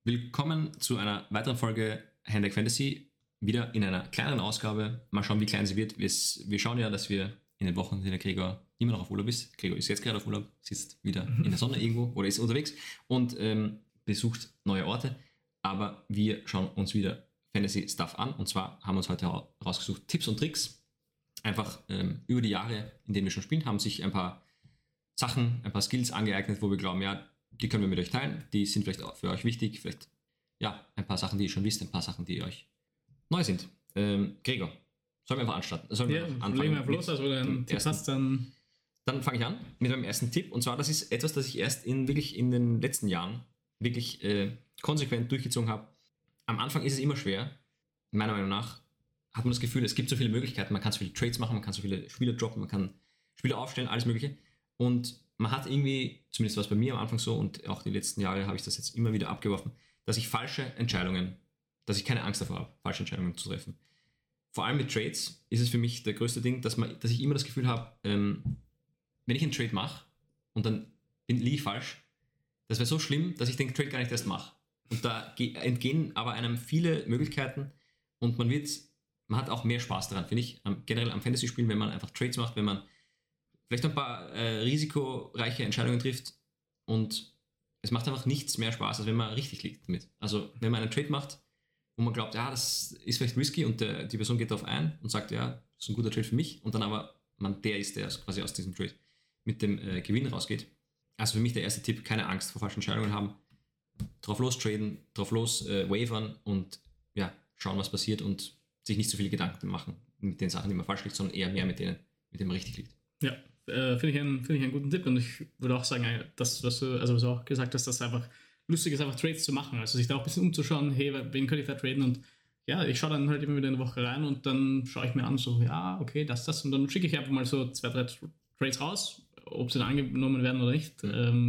Willkommen zu einer weiteren Folge Handdeck Fantasy. Wieder in einer kleineren Ausgabe. Mal schauen, wie klein sie wird. Wir schauen ja, dass wir in den Wochen, in denen Gregor immer noch auf Urlaub ist. Gregor ist jetzt gerade auf Urlaub, sitzt wieder in der Sonne irgendwo oder ist unterwegs und besucht neue Orte. Aber wir schauen uns wieder Fantasy-Stuff an. Und zwar haben wir uns heute rausgesucht Tipps und Tricks. Einfach über die Jahre, in denen wir schon spielen, haben sich ein paar Sachen, ein paar Skills angeeignet, wo wir glauben, ja, die können wir mit euch teilen. Die sind vielleicht auch für euch wichtig. Vielleicht, ja, ein paar Sachen, die ihr schon wisst, ein paar Sachen, die euch neu sind. Gregor, sollen wir einfach anstarten? Sollen wir anfangen? Legen wir einfach los, also einen Tipp hast, dann fange ich an mit meinem ersten Tipp. Und zwar, das ist etwas, das ich erst wirklich in den letzten Jahren wirklich konsequent durchgezogen habe. Am Anfang ist es immer schwer. Meiner Meinung nach hat man das Gefühl, es gibt so viele Möglichkeiten. Man kann so viele Trades machen, man kann so viele Spieler droppen, man kann Spieler aufstellen, alles Mögliche. Und man hat irgendwie, zumindest war es bei mir am Anfang so und auch die letzten Jahre habe ich das jetzt immer wieder abgeworfen, dass ich dass ich keine Angst davor habe, falsche Entscheidungen zu treffen. Vor allem mit Trades ist es für mich der größte Ding, dass ich immer das Gefühl habe, wenn ich einen Trade mache und dann liege ich falsch, das wäre so schlimm, dass ich den Trade gar nicht erst mache. Und da entgehen aber einem viele Möglichkeiten und man hat auch mehr Spaß daran, finde ich, generell am Fantasy-Spielen, wenn man einfach Trades macht, wenn man vielleicht ein paar risikoreiche Entscheidungen trifft und es macht einfach nichts mehr Spaß, als wenn man richtig liegt damit. Also wenn man einen Trade macht, wo man glaubt, ja, das ist vielleicht risky und die Person geht darauf ein und sagt, ja, das ist ein guter Trade für mich und dann aber der quasi aus diesem Trade mit dem Gewinn rausgeht. Also für mich der erste Tipp, keine Angst vor falschen Entscheidungen haben, drauf los traden, drauf los wavern und ja, schauen, was passiert und sich nicht so viele Gedanken machen mit den Sachen, die man falsch liegt, sondern eher mehr mit denen man richtig liegt. Ja, finde ich einen guten Tipp und ich würde auch sagen, das, was du auch gesagt hast, dass es einfach lustig ist, einfach Trades zu machen, also sich da auch ein bisschen umzuschauen, hey, wen könnte ich da traden und ja, ich schaue dann halt immer wieder eine Woche rein und dann schaue ich mir an, so, ja, okay, das und dann schicke ich einfach mal so 2-3 Trades raus, ob sie dann angenommen werden oder nicht,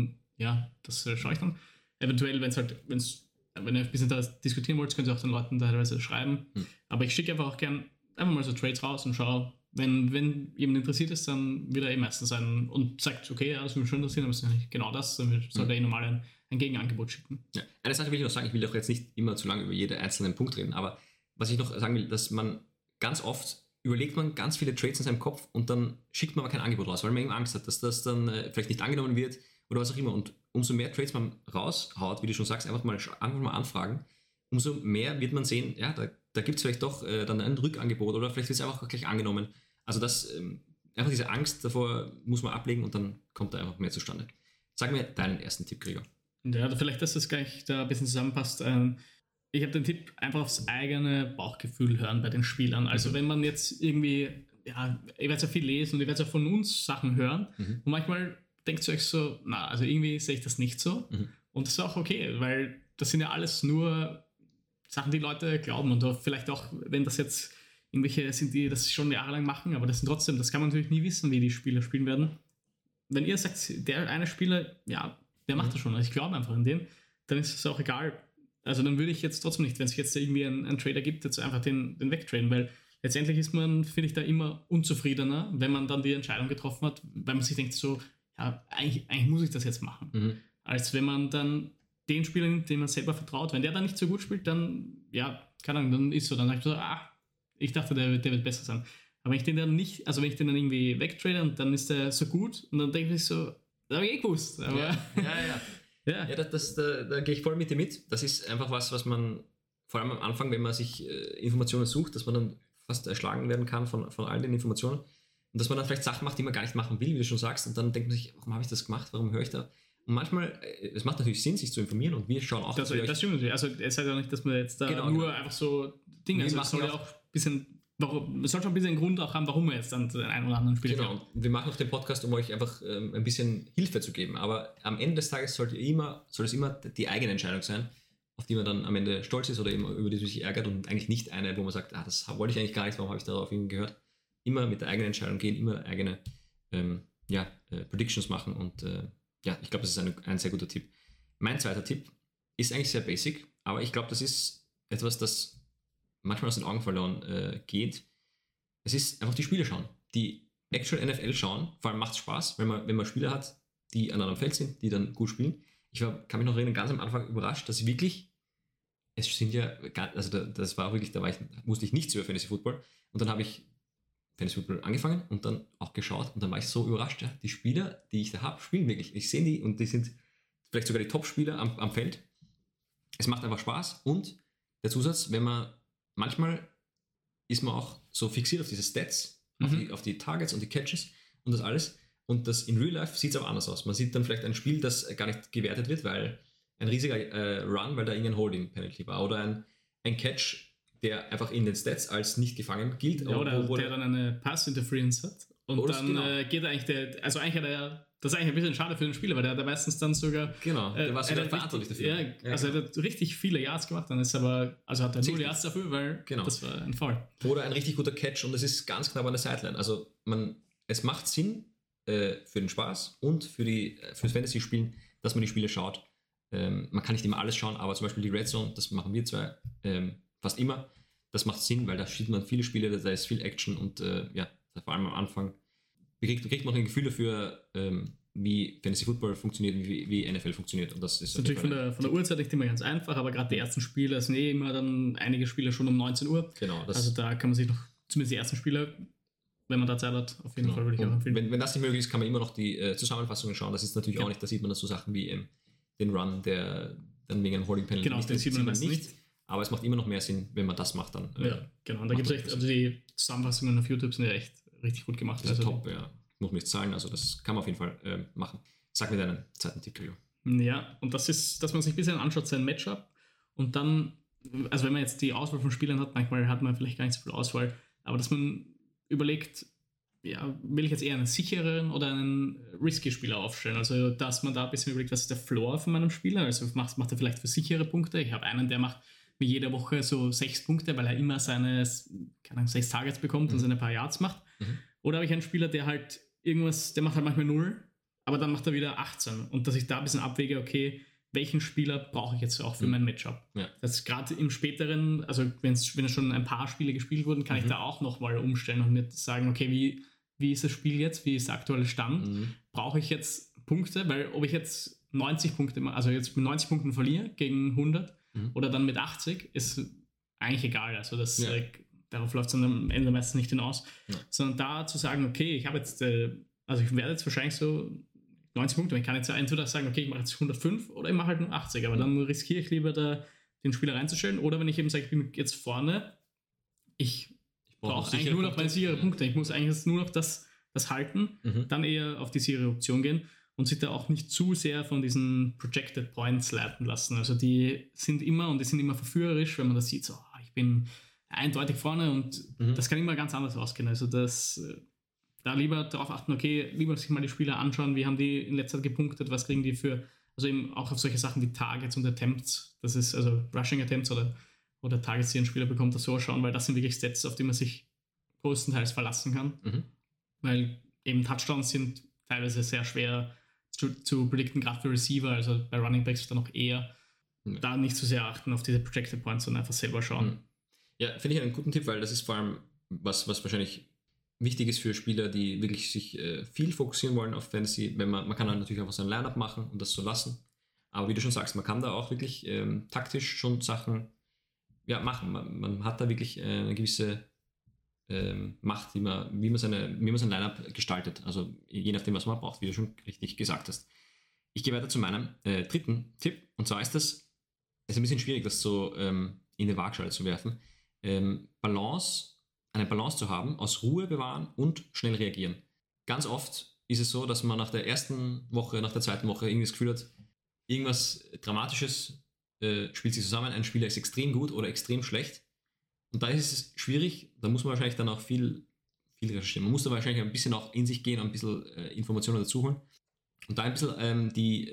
ja, das schaue ich dann. Eventuell, wenn ihr ein bisschen da diskutieren wollt, könnt ihr auch den Leuten teilweise schreiben, aber ich schicke einfach auch gern einfach mal so Trades raus und schaue, wenn jemand interessiert ist, dann wird er meistens sein und sagt, okay, ja, das würde mich schon interessieren, aber es ist ja nicht genau das, dann sollte er normal ein Gegenangebot schicken. Ja. Eine Sache will ich noch sagen, ich will doch jetzt nicht immer zu lange über jeden einzelnen Punkt reden, aber was ich noch sagen will, dass man ganz oft überlegt man ganz viele Trades in seinem Kopf und dann schickt man aber kein Angebot raus, weil man eben Angst hat, dass das dann vielleicht nicht angenommen wird oder was auch immer. Und umso mehr Trades man raushaut, wie du schon sagst, einfach mal anfragen, umso mehr wird man sehen, ja, da gibt es vielleicht doch dann ein Rückangebot oder vielleicht wird es einfach gleich angenommen. Also einfach diese Angst davor muss man ablegen und dann kommt da einfach mehr zustande. Sag mir deinen ersten Tipp, Gregor. Ja, vielleicht, dass das gleich da ein bisschen zusammenpasst. Ich habe den Tipp, einfach aufs eigene Bauchgefühl hören bei den Spielern. Also wenn man jetzt irgendwie, ja, ihr werdet ja viel lesen und ihr werdet ja von uns Sachen hören und manchmal denkt ihr euch so, also irgendwie sehe ich das nicht so und das ist auch okay, weil das sind ja alles nur Sachen, die Leute glauben und vielleicht auch, wenn das jetzt irgendwelche sind, die das schon jahrelang machen, aber das kann man natürlich nie wissen, wie die Spieler spielen werden. Wenn ihr sagt, der eine Spieler, ja, der macht das schon, also ich glaube einfach an den, dann ist es auch egal. Also dann würde ich jetzt trotzdem nicht, wenn es jetzt irgendwie einen Trader gibt, jetzt einfach den wegtraden, weil letztendlich ist man, finde ich, da immer unzufriedener, wenn man dann die Entscheidung getroffen hat, weil man sich denkt so, ja, eigentlich muss ich das jetzt machen. Als wenn man dann den Spieler nimmt, dem man selber vertraut, wenn der dann nicht so gut spielt, dann, ja, keine Ahnung, dann ist so, dann sage ich so, ich dachte, der wird besser sein. Aber wenn ich den dann irgendwie wegtrade und dann ist der so gut und dann denke ich so, das habe ich gewusst. Aber ja, da gehe ich voll mit dir mit. Das ist einfach was man, vor allem am Anfang, wenn man sich Informationen sucht, dass man dann fast erschlagen werden kann von all den Informationen und dass man dann vielleicht Sachen macht, die man gar nicht machen will, wie du schon sagst, und dann denkt man sich, warum habe ich das gemacht, warum höre ich da? Und manchmal, es macht natürlich Sinn, sich zu informieren und wir schauen auch... Das stimmt natürlich. Also es heißt ja nicht, dass man jetzt da einfach so Dinge... Also es soll ja auch ein bisschen... Man soll schon ein bisschen einen Grund auch haben, warum man jetzt dann den einen oder anderen Spieler... Genau, und wir machen auch den Podcast, um euch einfach ein bisschen Hilfe zu geben. Aber am Ende des Tages soll es immer die eigene Entscheidung sein, auf die man dann am Ende stolz ist oder eben über die man sich ärgert und eigentlich nicht eine, wo man sagt, das wollte ich eigentlich gar nicht, warum habe ich darauf gehört. Immer mit der eigenen Entscheidung gehen, immer eigene Predictions machen und ich glaube, das ist ein sehr guter Tipp. Mein zweiter Tipp ist eigentlich sehr basic, aber ich glaube, das ist etwas, das manchmal aus den Augen verloren geht. Es ist einfach die Spiele schauen. Die Actual NFL schauen, vor allem macht es Spaß, wenn man Spieler hat, die an einem Feld sind, die dann gut spielen. Ich kann mich noch erinnern, ganz am Anfang überrascht, dass wirklich es sind ja, also das war wirklich, musste ich nichts über Fantasy Football und dann habe ich Fantasy Football angefangen und dann auch geschaut und dann war ich so überrascht, ja, die Spieler, die ich da habe, spielen wirklich. Ich sehe die und die sind vielleicht sogar die Top-Spieler am Feld. Es macht einfach Spaß und der Zusatz, manchmal ist man auch so fixiert auf diese Stats, auf die Targets und die Catches und das alles und das in Real Life sieht es aber anders aus. Man sieht dann vielleicht ein Spiel, das gar nicht gewertet wird, weil ein riesiger Run, weil da irgendein Holding-Penalty war oder ein Catch, der einfach in den Stats als nicht gefangen gilt. Ja, oder der dann eine Pass-Interference hat und dann geht er eigentlich das ist eigentlich ein bisschen schade für den Spieler, weil der hat meistens dann sogar der war sogar verantwortlich dafür. Also er hat richtig viele Yards gemacht, dann ist aber, also hat er 0 Yards dafür, weil das war ein Foul. Oder ein richtig guter Catch und es ist ganz knapp an der Sideline. Also es macht Sinn für den Spaß und fürs Fantasy-Spielen, dass man die Spiele schaut. Man kann nicht immer alles schauen, aber zum Beispiel die Red Zone, das machen wir zwei fast immer. Das macht Sinn, weil da sieht man viele Spiele, da ist viel Action und vor allem am Anfang kriegt man auch ein Gefühl dafür, wie Fantasy Football funktioniert, wie NFL funktioniert. Und das ist natürlich von der Uhrzeit nicht immer ganz einfach, aber gerade die ersten Spiele sind immer dann einige Spiele schon um 19 Uhr. Genau. Also da kann man sich noch, zumindest die ersten Spiele, wenn man da Zeit hat, auf jeden Fall würde ich auch empfehlen. Wenn das nicht möglich ist, kann man immer noch die Zusammenfassungen schauen. Das ist natürlich auch nicht, da sieht man so Sachen wie den Run, der dann wegen einem Holding Penalty den sieht man nicht. Aber es macht immer noch mehr Sinn, wenn man das macht dann. Ja, genau. Und da gibt es echt, also die Zusammenfassungen auf YouTube sind ja echt richtig gut gemacht. Das ist top, ja. Muss man nicht zahlen, also das kann man auf jeden Fall machen. Sag mir deinen zweiten Tipp, Gregor. Ja, und das ist, dass man sich ein bisschen anschaut, sein Matchup und dann, also wenn man jetzt die Auswahl von Spielern hat, manchmal hat man vielleicht gar nicht so viel Auswahl, aber dass man überlegt, ja, will ich jetzt eher einen sicheren oder einen risky Spieler aufstellen? Also, dass man da ein bisschen überlegt, was ist der Floor von meinem Spieler? Also, macht er vielleicht für sichere Punkte? Ich habe einen, der macht mir jede Woche so 6 Punkte, weil er immer seine, keine Ahnung, 6 Targets bekommt und seine paar Yards macht. Oder habe ich einen Spieler, der halt der macht halt manchmal 0, aber dann macht er wieder 18. Und dass ich da ein bisschen abwäge, okay, welchen Spieler brauche ich jetzt auch für mein Matchup? Ja. Das ist gerade im späteren, also wenn es schon ein paar Spiele gespielt wurden, kann ich da auch nochmal umstellen und mir sagen, okay, wie ist das Spiel jetzt? Wie ist der aktuelle Stand? Brauche ich jetzt Punkte? Weil ob ich jetzt 90 Punkte, also jetzt mit 90 Punkten verliere gegen 100 oder dann mit 80, ist eigentlich egal. Also darauf läuft es dann am Ende meistens nicht hinaus. Ja. Sondern da zu sagen, okay, ich habe jetzt, also ich werde jetzt wahrscheinlich so 90 Punkte, ich kann jetzt entweder sagen, okay, ich mache jetzt 105 oder ich mache halt nur 80, aber dann riskiere ich lieber den Spieler reinzustellen. Oder wenn ich eben sage, ich bin jetzt vorne, ich brauche eigentlich nur noch meine sichere Punkte. Ich muss eigentlich nur noch das halten, dann eher auf die sichere Option gehen und sich da auch nicht zu sehr von diesen Projected Points leiten lassen. Also die sind immer verführerisch, wenn man das sieht, so, ich bin eindeutig vorne und das kann immer ganz anders ausgehen. Also da lieber darauf achten, okay, lieber sich mal die Spieler anschauen, wie haben die in letzter Zeit gepunktet, was kriegen die für, also eben auch auf solche Sachen wie Targets und Attempts, das ist also Rushing Attempts oder Targets, die ein Spieler bekommt, das so schauen, weil das sind wirklich Stats, auf die man sich größtenteils verlassen kann. Weil eben Touchdowns sind teilweise sehr schwer zu predikten, gerade für Receiver, also bei Running Backs dann noch eher da nicht so sehr achten auf diese Projected Points, sondern einfach selber schauen. Ja, finde ich einen guten Tipp, weil das ist vor allem was wahrscheinlich wichtig ist für Spieler, die wirklich sich viel fokussieren wollen auf Fantasy. Man kann halt natürlich einfach so ein Line-Up machen und das so lassen. Aber wie du schon sagst, man kann da auch wirklich taktisch schon Sachen machen. Man hat da wirklich eine gewisse Macht, wie man sein Line-Up gestaltet. Also je nachdem, was man braucht, wie du schon richtig gesagt hast. Ich gehe weiter zu meinem dritten Tipp. Und zwar ist es ein bisschen schwierig, das so in die Waagschale zu werfen. Eine Balance zu haben aus Ruhe bewahren und schnell reagieren. Ganz oft ist es so, dass man nach der ersten Woche, nach der zweiten Woche irgendwie das Gefühl hat, irgendwas Dramatisches spielt sich zusammen, ein Spieler ist extrem gut oder extrem schlecht. Und da ist es schwierig, da muss man wahrscheinlich dann auch viel recherchieren. Man muss da wahrscheinlich ein bisschen auch in sich gehen und ein bisschen Informationen dazu holen. Und da ein bisschen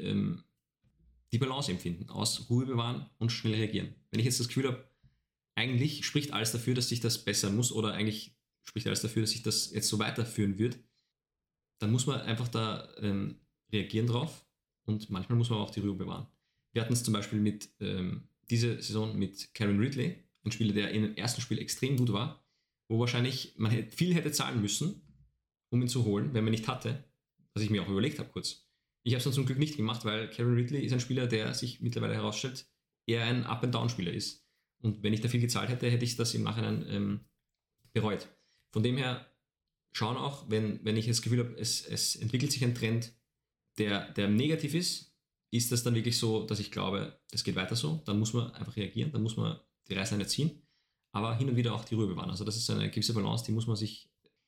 die Balance empfinden, aus Ruhe bewahren und schnell reagieren. Wenn ich jetzt das Gefühl habe, eigentlich spricht alles dafür, dass sich das bessern muss oder eigentlich spricht alles dafür, dass sich das jetzt so weiterführen wird, dann muss man einfach da reagieren drauf und manchmal muss man auch die Ruhe bewahren. Wir hatten es zum Beispiel diese Saison mit Karen Ridley, ein Spieler, der im ersten Spiel extrem gut war, wo wahrscheinlich man viel hätte zahlen müssen, um ihn zu holen, wenn man nicht hatte, was ich mir auch überlegt habe kurz. Ich habe es dann zum Glück nicht gemacht, weil Karen Ridley ist ein Spieler, der sich mittlerweile herausstellt, eher ein Up-and-Down-Spieler ist. Und wenn ich da viel gezahlt hätte, hätte ich das im Nachhinein bereut. Von dem her schauen auch, wenn ich das Gefühl habe, es entwickelt sich ein Trend, der negativ ist das dann wirklich so, dass ich glaube, es geht weiter so, dann muss man einfach reagieren, dann muss man die Reißleine ziehen, aber hin und wieder auch die Ruhe bewahren. Also das ist eine gewisse Balance, der muss man sich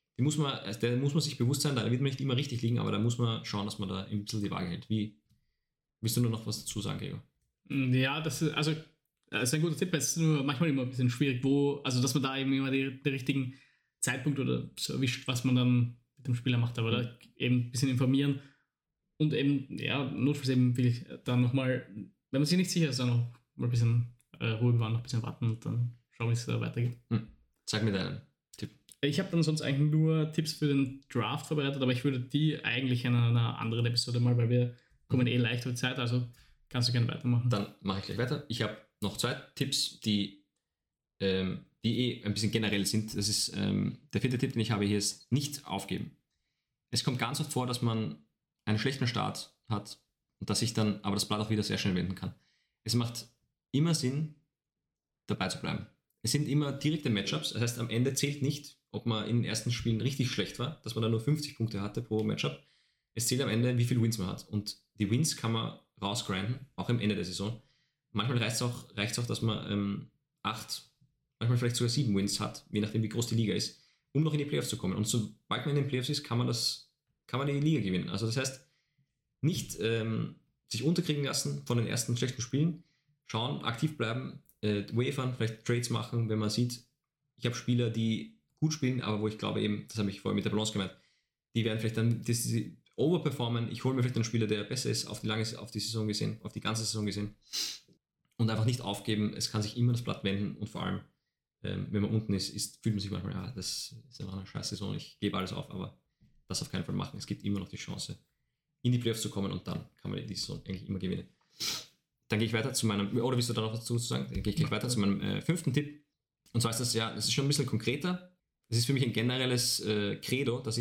bewusst sein, da wird man nicht immer richtig liegen, aber da muss man schauen, dass man da ein bisschen die Waage hält. Willst du nur noch was dazu sagen, Gregor? Ja, das ist ein guter Tipp, es ist nur manchmal immer ein bisschen schwierig, dass man da eben immer den richtigen Zeitpunkt oder so erwischt, was man dann mit dem Spieler macht, aber da eben ein bisschen informieren und eben, ja, notfalls eben will ich dann nochmal, wenn man sich nicht sicher ist, dann noch mal ein bisschen Ruhe bewahren, noch ein bisschen warten und dann schauen, wie es da weitergeht. Sag mir deinen Tipp. Ich habe dann sonst eigentlich nur Tipps für den Draft vorbereitet, aber ich würde die eigentlich in einer anderen Episode mal, weil wir kommen leicht auf die Zeit, also kannst du gerne weitermachen. Dann mache ich gleich weiter. Ich habe noch 2 Tipps, die ein bisschen generell sind. Das ist der 4. Tipp, den ich habe hier, ist nicht aufgeben. Es kommt ganz oft vor, dass man einen schlechten Start hat und dass sich dann aber das Blatt auch wieder sehr schnell wenden kann. Es macht immer Sinn, dabei zu bleiben. Es sind immer direkte Matchups, das heißt, am Ende zählt nicht, ob man in den ersten Spielen richtig schlecht war, dass man da nur 50 Punkte hatte pro Matchup. Es zählt am Ende, wie viele Wins man hat. Und die Wins kann man rausgrinden, auch am Ende der Saison. Manchmal reicht es auch, dass man 8, manchmal vielleicht sogar 7 Wins hat, je nachdem, wie groß die Liga ist, um noch in die Playoffs zu kommen. Und sobald man in den Playoffs ist, kann man die Liga gewinnen. Also das heißt, nicht sich unterkriegen lassen von den ersten schlechten Spielen, schauen, aktiv bleiben, wavern, vielleicht Trades machen, wenn man sieht, ich habe Spieler, die gut spielen, aber wo ich glaube eben, das habe ich vorher mit der Balance gemeint, die werden vielleicht dann overperformen, ich hole mir vielleicht einen Spieler, der besser ist auf die Saison gesehen, auf die ganze Saison gesehen und einfach nicht aufgeben, es kann sich immer das Blatt wenden und vor allem, wenn man unten ist, fühlt man sich manchmal, ja, das ist einfach eine scheiß Saison, ich gebe alles auf, aber das auf keinen Fall machen, es gibt immer noch die Chance, in die Playoffs zu kommen und dann kann man die Saison eigentlich immer gewinnen. Dann gehe ich weiter zu meinem, oder willst du da noch was dazu sagen? Dann gehe ich gleich weiter zu meinem 5. Tipp. Und zwar ist das ist schon ein bisschen konkreter. Das ist für mich ein generelles Credo, dass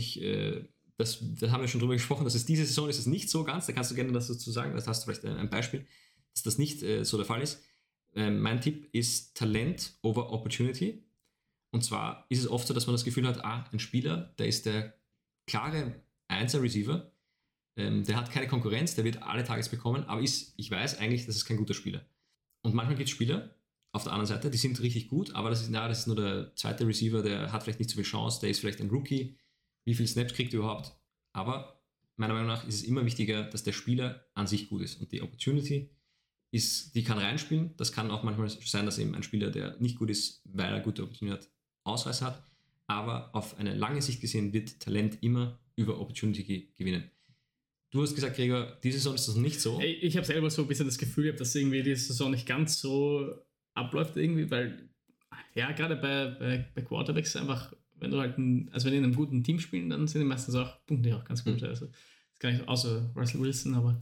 da haben wir schon drüber gesprochen, dass es diese Saison ist es nicht so ganz, da kannst du gerne das dazu sagen, das hast du vielleicht ein Beispiel, dass das nicht so der Fall ist. Mein Tipp ist Talent over Opportunity. Und zwar ist es oft so, dass man das Gefühl hat, ein Spieler, der ist der klare 1er Receiver, der hat keine Konkurrenz, der wird alle Tages bekommen, aber ich weiß eigentlich, das ist kein guter Spieler. Und manchmal gibt es Spieler auf der anderen Seite, die sind richtig gut, aber das ist nur der 2. Receiver, der hat vielleicht nicht so viel Chance, der ist vielleicht ein Rookie, wie viele Snaps kriegt er überhaupt? Aber meiner Meinung nach ist es immer wichtiger, dass der Spieler an sich gut ist und die Opportunity die kann reinspielen, das kann auch manchmal sein, dass eben ein Spieler, der nicht gut ist, weil er gute Opportunity hat, Ausreißer hat, aber auf eine lange Sicht gesehen wird Talent immer über Opportunity gewinnen. Du hast gesagt, Gregor, diese Saison ist das nicht so. Ich habe selber so ein bisschen das Gefühl, dass irgendwie die Saison nicht ganz so abläuft irgendwie, weil ja, gerade bei Quarterbacks einfach, wenn die in einem guten Team spielen, dann sind die meistens auch Punkte auch ganz gut. Also das kann ich außer Russell Wilson, aber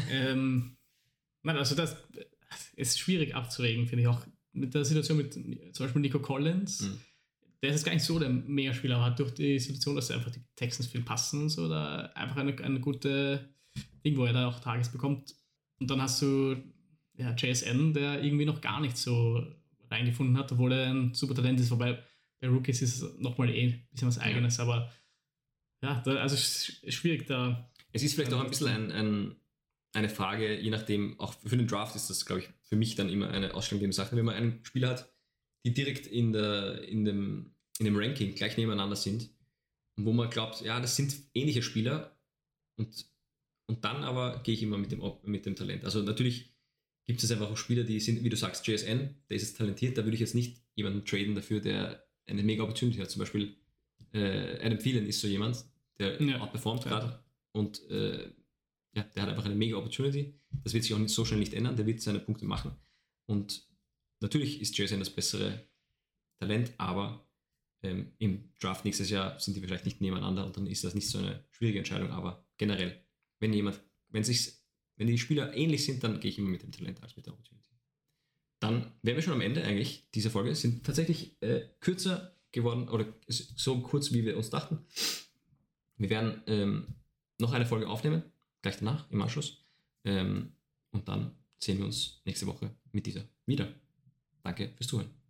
nein, also das ist schwierig abzuregen, finde ich auch. Mit der Situation mit zum Beispiel Nico Collins, der ist jetzt gar nicht so der Megaspieler, aber hat durch die Situation, dass einfach die Texans viel passen und so, da einfach eine gute Ding, wo er da auch Tages bekommt. Und dann hast du JSN, der irgendwie noch gar nicht so reingefunden hat, obwohl er ein super Talent ist, wobei bei Rookies ist es nochmal ein bisschen was Eigenes, aber ja, also schwierig da. Es ist vielleicht auch ein bisschen eine Frage, je nachdem, auch für den Draft ist das, glaube ich, für mich dann immer eine ausschlaggebende Sache, wenn man einen Spieler hat, die direkt in dem Ranking gleich nebeneinander sind und wo man glaubt, ja, das sind ähnliche Spieler und dann aber gehe ich immer mit dem Talent. Also natürlich gibt es einfach auch Spieler, die sind, wie du sagst, JSN, der ist jetzt talentiert, da würde ich jetzt nicht jemanden traden dafür, der eine mega Opportunity hat. Zum Beispiel Adam Thielen ist so jemand, der outperformt gerade und der hat einfach eine mega Opportunity. Das wird sich auch nicht so schnell nicht ändern, der wird seine Punkte machen und natürlich ist JSN das bessere Talent, aber im Draft nächstes Jahr sind die vielleicht nicht nebeneinander und dann ist das nicht so eine schwierige Entscheidung, aber generell, wenn die Spieler ähnlich sind, dann gehe ich immer mit dem Talent als mit der Opportunity. Dann wären wir schon am Ende eigentlich dieser Folge, sind tatsächlich kürzer geworden oder so kurz, wie wir uns dachten. Wir werden noch eine Folge aufnehmen, gleich danach, im Anschluss. Und dann sehen wir uns nächste Woche mit dieser wieder. Danke fürs Zuhören.